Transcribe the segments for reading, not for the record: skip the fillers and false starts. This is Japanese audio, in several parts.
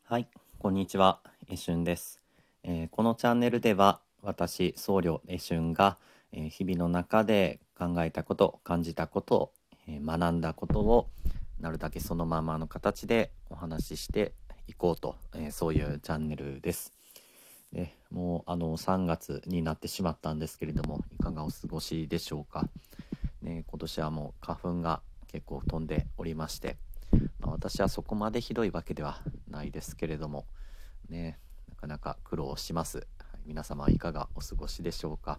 はい、こんにちは、えしゅんです。このチャンネルでは私、僧侶えしゅんが、日々の中で考えたこと、感じたこと、学んだことをなるだけそのままの形でお話ししていこうと、そういうチャンネルです。でもう3月になってしまったんですけれども、いかがお過ごしでしょうか。今年はもう花粉が結構飛んでおりまして、私はそこまでひどいわけではないですけれどもなかなか苦労します。はい、皆様はいかがお過ごしでしょうか。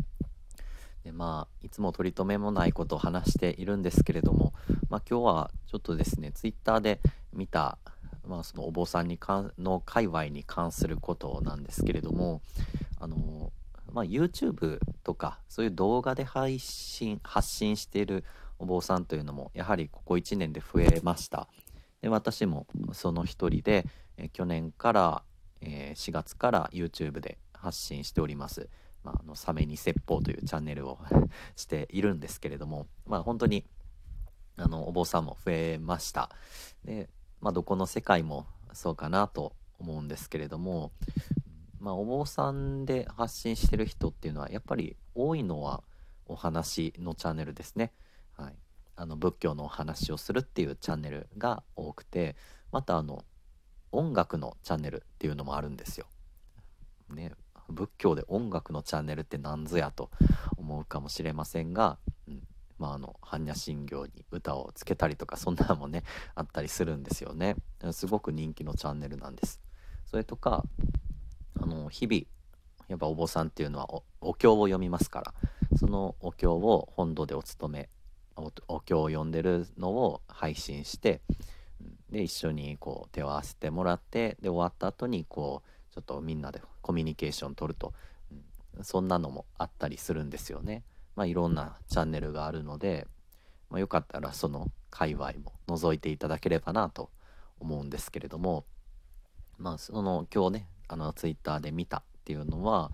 いつも取り留めもないことを話しているんですけれども、今日はちょっとですね、ツイッターで見た、そのお坊さんの界隈に関することなんですけれども、YouTube とかそういう動画で発信しているお坊さんというのもやはりここ1年で増えました。で私もその一人で、去年から、4月から YouTube で発信しております。サメに説法というチャンネルをしているんですけれども、本当にお坊さんも増えました。で、どこの世界もそうかなと思うんですけれども、お坊さんで発信してる人っていうのはやっぱり多いのはお話のチャンネルですね。はい、仏教のお話をするっていうチャンネルが多くて、また音楽のチャンネルっていうのもあるんですよ。ね、仏教で音楽のチャンネルって何ぞやと思うかもしれませんが、般若心経に歌をつけたりとかそんなのもねあったりするんですよね。すごく人気のチャンネルなんです。それとか日々やっぱお坊さんっていうのはお経を読みますから、そのお経を本堂でお経を読んでるのを配信して、で一緒にこう手を合わせてもらって、で終わった後にこうちょっとみんなでコミュニケーション取ると、そんなのもあったりするんですよね。いろんなチャンネルがあるので、よかったらその界隈も覗いていただければなと思うんですけれども、その今日ねツイッターで見たっていうのは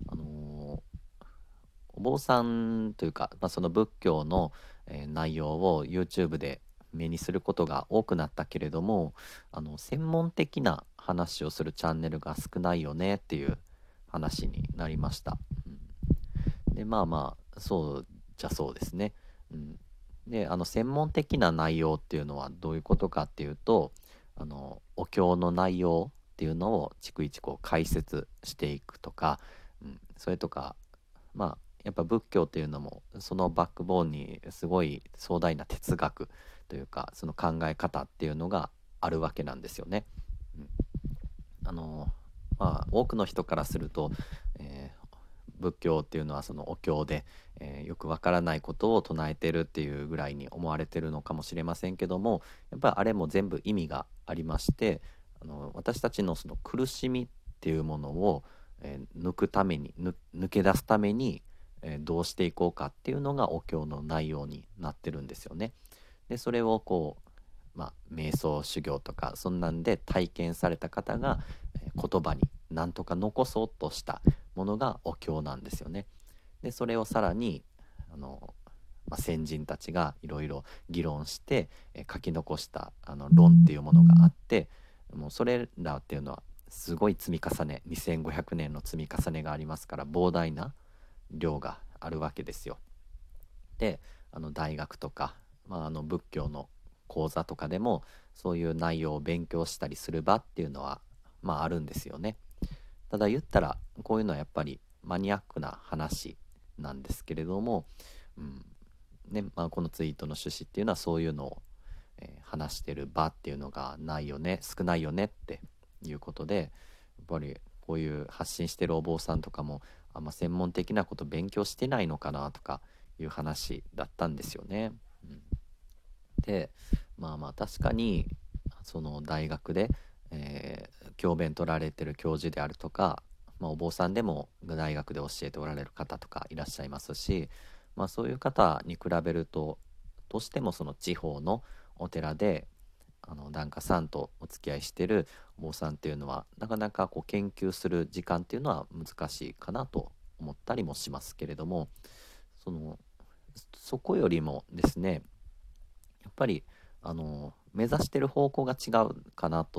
お坊さんというか、その仏教の、内容を YouTube で目にすることが多くなったけれども、専門的な話をするチャンネルが少ないよねっていう話になりました。でそうじゃそうですね。うん、で専門的な内容っていうのはどういうことかっていうと、お経の内容っていうのを逐一こう解説していくとか、それとかやっぱ仏教っていうのもそのバックボーンにすごい壮大な哲学というかその考え方っていうのがあるわけなんですよね。うん、あの多くの人からすると、仏教っていうのはそのお経で、よくわからないことを唱えてるっていうぐらいに思われてるのかもしれませんけども、やっぱりあれも全部意味がありまして、私たちのその苦しみっていうものを、抜くために抜け出すために、どうしていこうかっていうのがお経の内容になってるんですよね。でそれをこう、瞑想修行とかそんなんで体験された方が、言葉に何とか残そうとしたものがお経なんですよね。でそれをさらに先人たちがいろいろ議論して、書き残した論っていうものがあって、もうそれらっていうのはすごい積み重ね、2500年の積み重ねがありますから膨大な量があるわけですよ。で大学とか、仏教の講座とかでもそういう内容を勉強したりする場っていうのはあるんですよね。ただ言ったらこういうのはやっぱりマニアックな話なんですけれども、うんこのツイートの趣旨っていうのはそういうのを、話してる場っていうのがないよね、少ないよねっていうことで、やっぱりこういう発信してるお坊さんとかもあんま専門的なこと勉強してないのかなとかいう話だったんですよね。で確かにその大学で、教鞭取られてる教授であるとか、お坊さんでも大学で教えておられる方とかいらっしゃいますし、そういう方に比べるとどうしてもその地方のお寺で檀家さんとお付き合いしてるお坊さんっていうのはなかなかこう研究する時間っていうのは難しいかなと思ったりもしますけれども、そのそこよりもですね、やっぱり目指してる方向が違うかなと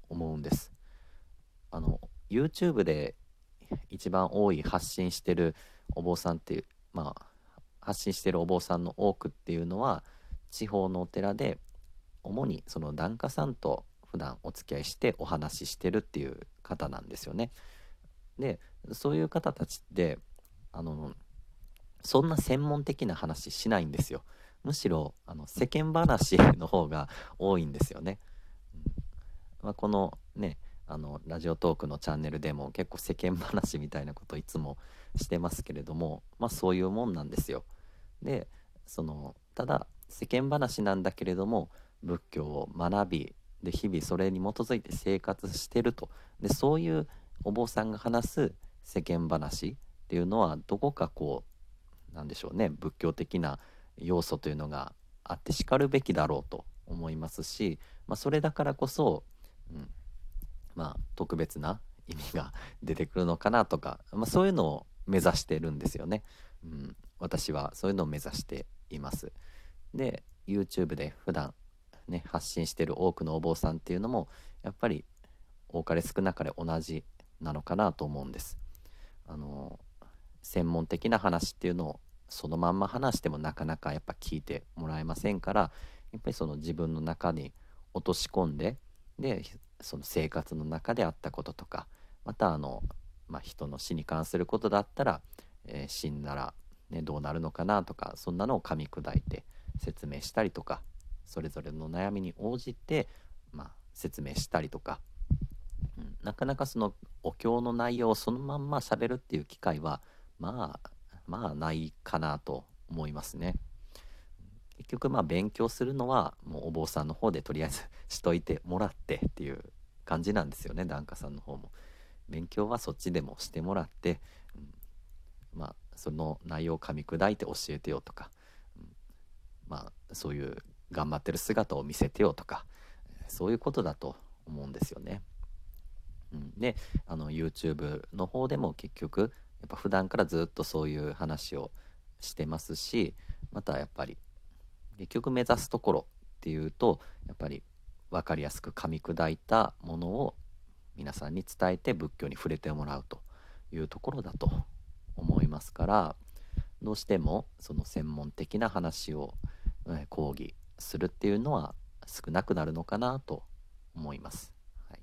思うんです。あの YouTube で一番多い発信してるお坊さんっていう、発信してるお坊さんの多くっていうのは地方のお寺で主にその檀家さんと普段お付き合いしてお話ししてるっていう方なんですよね。でそういう方たちってあのそんな専門的な話しないんですよ。むしろ世間話の方が多いんですよね。このねラジオトークのチャンネルでも結構世間話みたいなこといつもしてますけれども、そういうもんなんですよ。でただ世間話なんだけれども仏教を学びで日々それに基づいて生活してると。でそういうお坊さんが話す世間話っていうのはどこかなんでしょうね、仏教的な要素というのがあってしかるべきだろうと思いますし、それだからこそ、うん、特別な意味が出てくるのかなとか、そういうのを目指してるんですよね。私はそういうのを目指しています。で YouTube で普段ね発信してる多くのお坊さんっていうのもやっぱり多かれ少なかれ同じなのかなと思うんです。あの専門的な話っていうのをそのまんま話してもなかなかやっぱ聞いてもらえませんから、やっぱりその自分の中に落とし込んで、でその生活の中であったこととか、また人の死に関することだったら、死んだら、ね、どうなるのかなとか、そんなのを噛み砕いて説明したりとか、それぞれの悩みに応じて、説明したりとか、なかなかそのお経の内容をそのまんま喋るっていう機会はないかなと思いますね。結局勉強するのはもうお坊さんの方でとりあえずしといてもらってっていう感じなんですよね。檀家さんの方も勉強はそっちでもしてもらって、その内容を噛み砕いて教えてよとか、そういう頑張ってる姿を見せてよとか、そういうことだと思うんですよね。でYouTube の方でも結局やっぱ普段からずっとそういう話をしてますし、またやっぱり結局目指すところっていうとやっぱり分かりやすく噛み砕いたものを皆さんに伝えて仏教に触れてもらうというところだと思いますから、どうしてもその専門的な話を講義するっていうのは少なくなるのかなと思います。はい。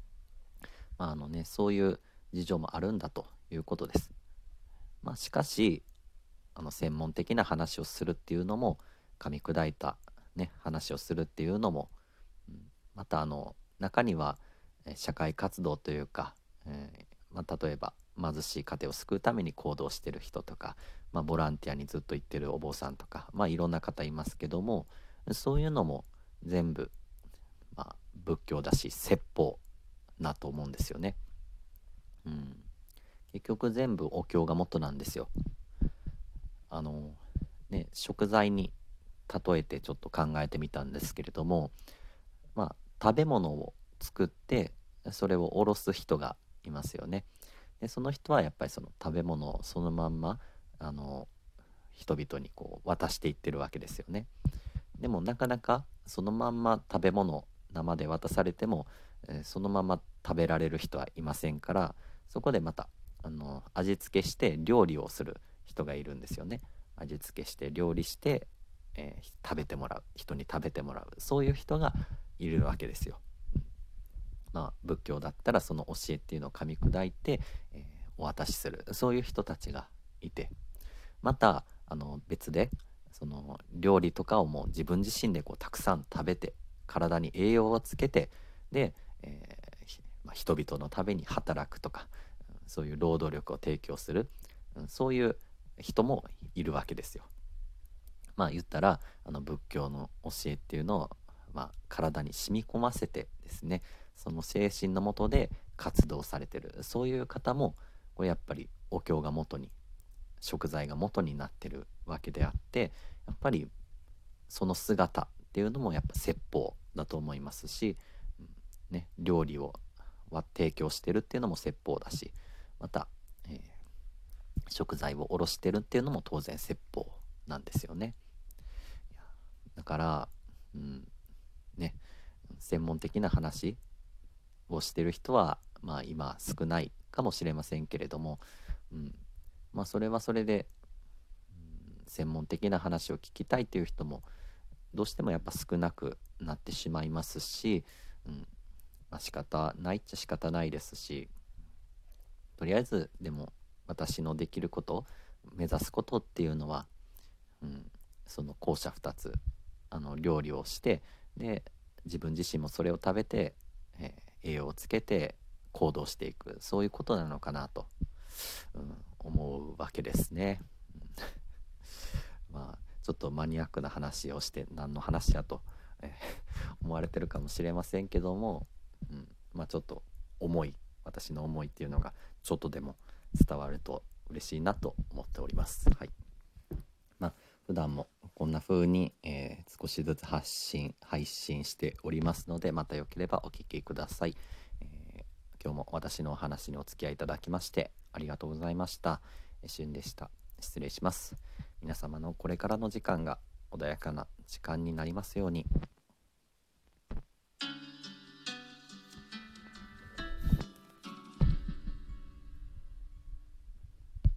そういう事情もあるんだということです。しかし専門的な話をするっていうのも噛み砕いた、話をするっていうのも、また中には社会活動というか、例えば貧しい家庭を救うために行動してる人とか、ボランティアにずっと行ってるお坊さんとか、いろんな方いますけども、そういうのも全部、仏教だし説法だと思うんですよね。結局全部お経が元なんですよ。食材に例えてちょっと考えてみたんですけれども、食べ物を作ってそれをおろす人がいますよね。でその人はやっぱりその食べ物をそのまんま人々に渡していってるわけですよね。でもなかなかそのまんま食べ物生で渡されても、そのまま食べられる人はいませんから、そこでまた味付けして料理をする人がいるんですよね。味付けして料理して、食べてもらう人に食べてもらう、そういう人がいるわけですよ。仏教だったらその教えっていうのを噛み砕いて、お渡しする、そういう人たちがいて、また別でその料理とかをもう自分自身でたくさん食べて体に栄養をつけて、で、人々のために働くとか、そういう労働力を提供する、そういう人もいるわけですよ。言ったら仏教の教えっていうのを、体に染み込ませてですね、その精神のもとで活動されてる、そういう方もこれやっぱりお経が元に、食材が元になってるわけであって、やっぱりその姿っていうのもやっぱ説法だと思いますし、料理を提供してるっていうのも説法だし、また、食材をおろしてるっていうのも当然説法なんですよね。だから、うん、専門的な話をしてる人はまあ今少ないかもしれませんけれども、うん、まあそれはそれで、専門的な話を聞きたいっていう人もどうしてもやっぱ少なくなってしまいますし、まあ、仕方ないっちゃ仕方ないですし、とりあえずでも私のできること、目指すことっていうのは、うん、その後者2つ、料理をして、で自分自身もそれを食べて、栄養をつけて行動していく、そういうことなのかなと、思うわけですね。まあちょっとマニアックな話をして何の話やと、え思われてるかもしれませんけども、まあちょっと私の思いっていうのがちょっとでも伝わると嬉しいなと思っております。はい。まあ普段もこんな風に、少しずつ配信しておりますので、またよければお聞きください。今日も私のお話にお付き合いいただきましてありがとうございました。しゅんでした。失礼します。皆様のこれからの時間が穏やかな時間になりますように。